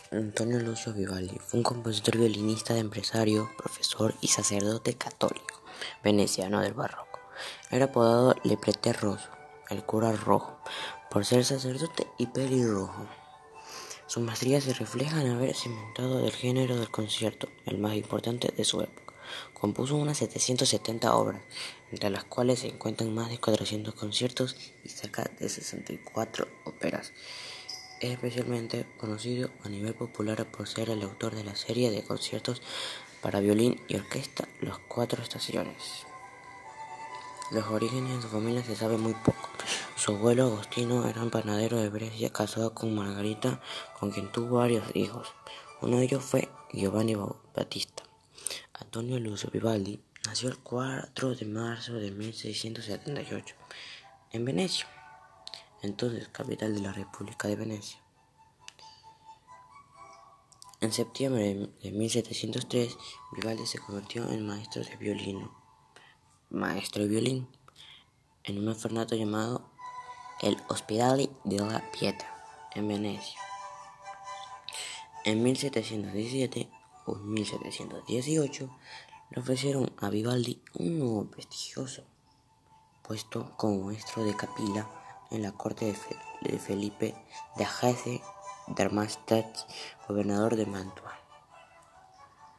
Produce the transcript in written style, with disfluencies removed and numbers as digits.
Antonio Lucio Vivaldi fue un compositor, violinista, empresario, profesor y sacerdote católico veneciano del barroco. Era apodado Le Prêtre Rosso, el cura rojo, por ser sacerdote y pelirrojo. Su maestría se refleja en haber cimentado el género del concierto, el más importante de su época. Compuso unas 770 obras, entre las cuales se encuentran más de 400 conciertos y cerca de 64 óperas. Es especialmente conocido a nivel popular por ser el autor de la serie de conciertos para violín y orquesta Las Cuatro Estaciones. Los orígenes de su familia se sabe muy poco. Su abuelo Agostino era un panadero de Brescia, casado con Margarita, con quien tuvo varios hijos. Uno de ellos fue Giovanni Battista. Antonio Lucio Vivaldi nació el 4 de marzo de 1678 en Venecia, entonces capital de la República de Venecia. En septiembre de 1703, Vivaldi se convirtió en maestro de violín en un orfanato llamado el Ospedale della Pietà en Venecia. En 1717 o 1718 le ofrecieron a Vivaldi un nuevo prestigioso puesto como maestro de capilla en la corte de Felipe de Hesse-Darmstadt, gobernador de Mantua.